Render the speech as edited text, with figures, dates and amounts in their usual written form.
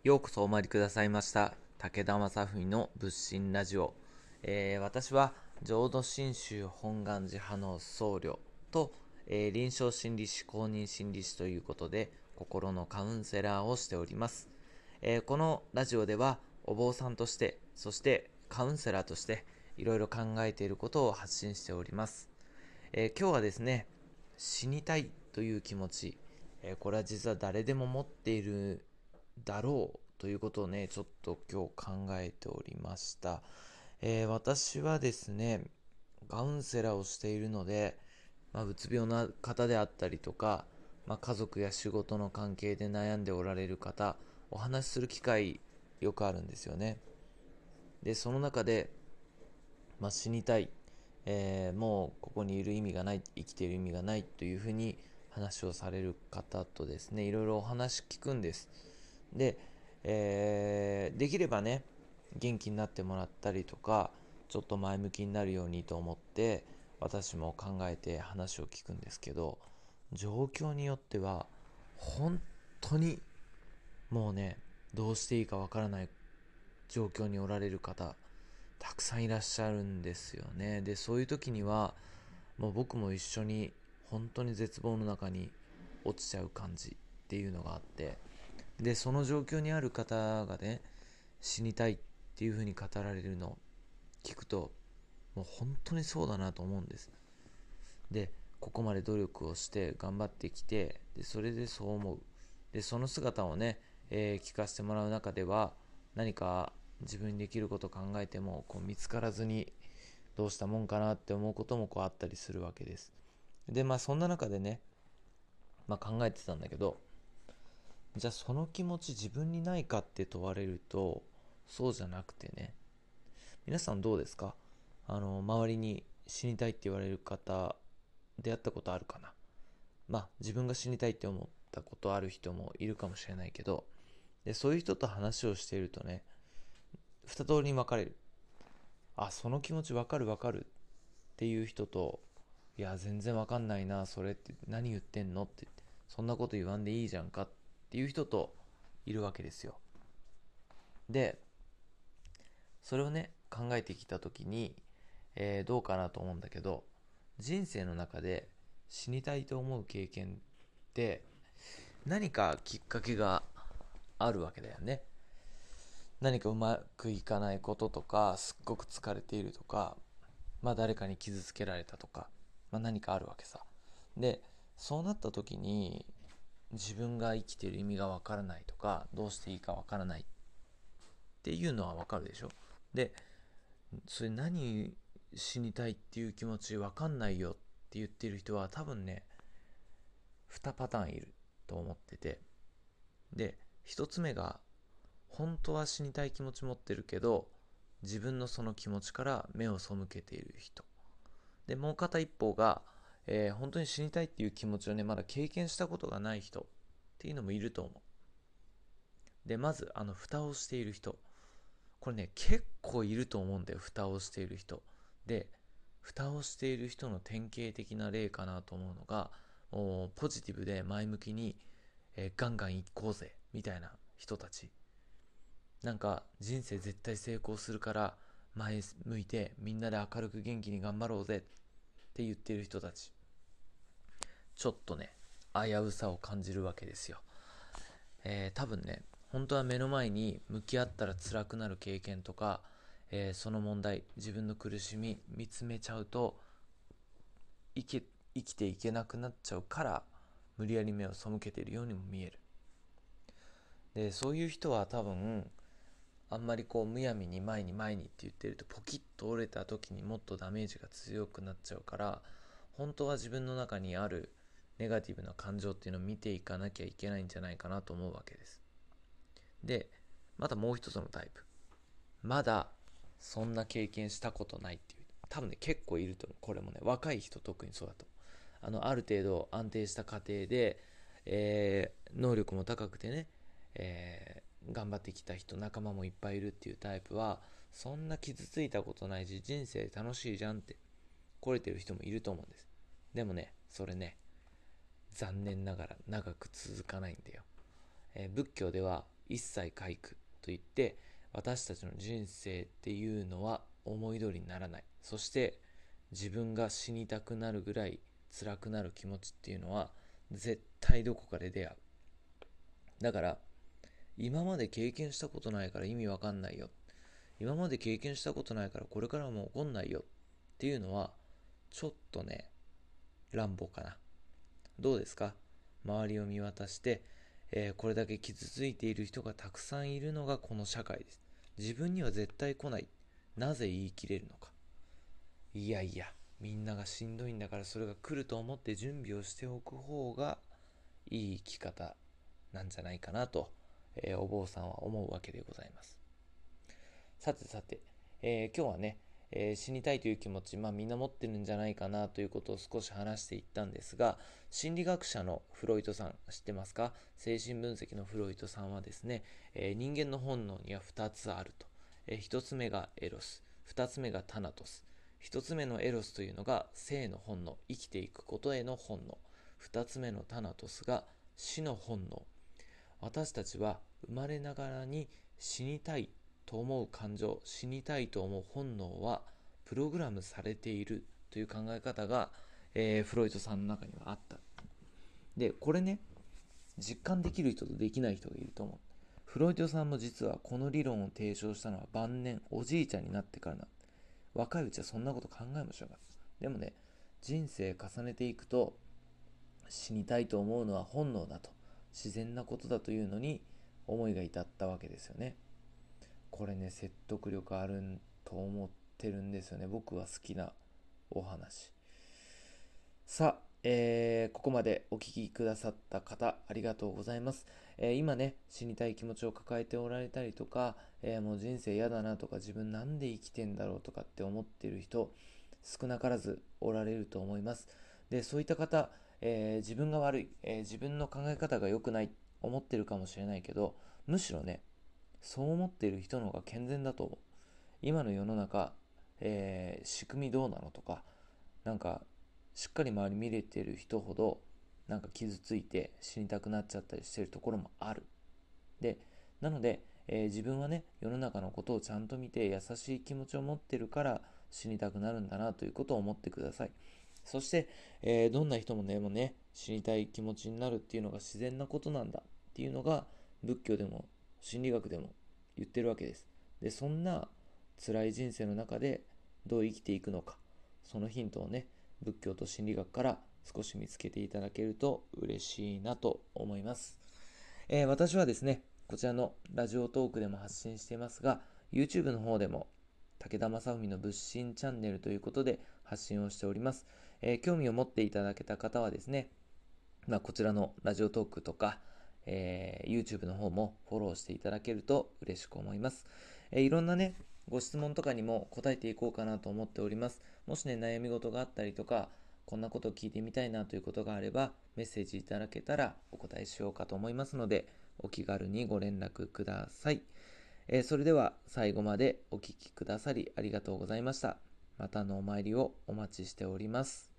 ようこそお参りくださいました。武田正文の仏心ラジオ。私は浄土真宗本願寺派の僧侶と、臨床心理士公認心理士ということで心のカウンセラーをしております。このラジオではお坊さんとして、そしてカウンセラーとしていろいろ考えていることを発信しております。今日はですね、死にたいという気持ち、これは実は誰でも持っているだろうということをね、ちょっと今日考えておりました。私はですね、カウンセラーをしているので、うつ病な方であったりとか、家族や仕事の関係で悩んでおられる方、お話しする機会よくあるんですよね。で、その中で、死にたい、もうここにいる意味がない、生きている意味がないというふうに話をされる方とですね、いろいろお話聞くんです。で、できればね、元気になってもらったりとか、ちょっと前向きになるようにと思って私も考えて話を聞くんですけど、状況によっては本当にもうね、どうしていいかわからない状況におられる方たくさんいらっしゃるんですよね。で、そういう時にはもう僕も一緒に本当に絶望の中に落ちちゃう感じっていうのがあって、でその状況にある方がね、死にたいっていう風に語られるのを聞くと、もう本当にそうだなと思うんです。で、ここまで努力をして頑張ってきて、でそれでそう思う。でその姿をね、聞かせてもらう中では、何か自分にできることを考えても見つからずに、どうしたもんかなって思うこともあったりするわけです。で、そんな中でね、考えてたんだけど、じゃあその気持ち自分にないかって問われると、そうじゃなくてね、皆さんどうですか？周りに死にたいって言われる方、出会ったことあるかな？自分が死にたいって思ったことある人もいるかもしれないけど、でそういう人と話をしているとね、二通りに分かれる。その気持ち分かる分かるっていう人と、いや全然分かんないなそれって何言ってんのって、そんなこと言わんでいいじゃんかっていう人といるわけですよ。でそれをね、考えてきた時に、どうかなと思うんだけど、人生の中で死にたいと思う経験って何かきっかけがあるわけだよね。何かうまくいかないこととか、すっごく疲れているとか、誰かに傷つけられたとか、何かあるわけさ。でそうなった時に、自分が生きている意味がわからないとか、どうしていいかわからないっていうのはわかるでしょ。でそれ何死にたいっていう気持ちわかんないよって言ってる人は多分ね、2パターンいると思ってて、で1つ目が本当は死にたい気持ち持ってるけど、自分のその気持ちから目を背けている人で、もう片一方が、本当に死にたいっていう気持ちをね、まだ経験したことがない人っていうのもいると思う。でまず蓋をしている人、これね結構いると思うんだよ、蓋をしている人で。蓋をしている人の典型的な例かなと思うのが、ポジティブで前向きに、ガンガン行こうぜみたいな人たち、なんか人生絶対成功するから前向いてみんなで明るく元気に頑張ろうぜって言っている人たち、ちょっとね危うさを感じるわけですよ。多分ね、本当は目の前に向き合ったら辛くなる経験とか、その問題、自分の苦しみ見つめちゃうと生き生きていけなくなっちゃうから、無理やり目を背けているようにも見える。でそういう人は多分、あんまりむやみに前に前にって言ってると、ポキッと折れた時にもっとダメージが強くなっちゃうから、本当は自分の中にあるネガティブな感情っていうのを見ていかなきゃいけないんじゃないかなと思うわけです。でまたもう一つのタイプ、まだそんな経験したことないっていう、多分ね結構いると思う。これもね、若い人特にそうだと。ある程度安定した家庭で、能力も高くてね、頑張ってきた人、仲間もいっぱいいるっていうタイプは、そんな傷ついたことないし人生楽しいじゃんって来れてる人もいると思うんです。でもね、それね、残念ながら長く続かないんだよ。仏教では一切回復といって、私たちの人生っていうのは思い通りにならない。そして自分が死にたくなるぐらい辛くなる気持ちっていうのは絶対どこかで出会う。だから今まで経験したことないから意味わかんないよ。今まで経験したことないからこれからも起こんないよっていうのはちょっとね、乱暴かな。どうですか？周りを見渡して、これだけ傷ついている人がたくさんいるのがこの社会です。自分には絶対来ない。なぜ言い切れるのか。いやいや、みんながしんどいんだからそれが来ると思って準備をしておく方がいい生き方なんじゃないかなと、お坊さんは思うわけでございます。さてさて、今日はね、死にたいという気持ち、みんな持ってるんじゃないかなということを少し話していったんですが、心理学者のフロイトさん、知ってますか？精神分析のフロイトさんはですね、人間の本能には2つあると。1つ目がエロス、2つ目がタナトス。1つ目のエロスというのが生の本能、生きていくことへの本能。2つ目のタナトスが死の本能。私たちは生まれながらに死にたいと思う感情、死にたいと思う本能はプログラムされているという考え方が、フロイトさんの中にはあった。で、これね、実感できる人とできない人がいると思う。フロイトさんも実はこの理論を提唱したのは晩年、おじいちゃんになってからな。若いうちはそんなこと考えもしなかった。でもね、人生重ねていくと、死にたいと思うのは本能だと、自然なことだというのに思いが至ったわけですよね。これね、説得力あると思ってるんですよね。僕は好きなお話。さあ、ここまでお聞きくださった方、ありがとうございます。今ね、死にたい気持ちを抱えておられたりとか、もう人生嫌だなとか、自分なんで生きてんだろうとかって思ってる人、少なからずおられると思います。で、そういった方、自分が悪い、自分の考え方が良くない思ってるかもしれないけど、むしろね、そう思っている人の方が健全だと思う。今の世の中、仕組みどうなのとか、なんか、しっかり周り見れてる人ほど、なんか傷ついて死にたくなっちゃったりしてるところもある。で、なので、自分はね、世の中のことをちゃんと見て優しい気持ちを持ってるから死にたくなるんだなということを思ってください。そして、どんな人もね、死にたい気持ちになるっていうのが自然なことなんだっていうのが仏教でも心理学でも言ってるわけです。で、そんな辛い人生の中でどう生きていくのか、そのヒントをね、仏教と心理学から少し見つけていただけると嬉しいなと思います。私はですね、こちらのラジオトークでも発信していますが、YouTube の方でも武田正文の仏心チャンネルということで発信をしております。興味を持っていただけた方はですね、こちらのラジオトークとか、YouTube の方もフォローしていただけると嬉しく思います。いろんなね、ご質問とかにも答えていこうかなと思っております。もしね、悩み事があったりとか、こんなことを聞いてみたいなということがあれば、メッセージいただけたらお答えしようかと思いますので、お気軽にご連絡ください。それでは最後までお聞きくださりありがとうございました。またのお参りをお待ちしております。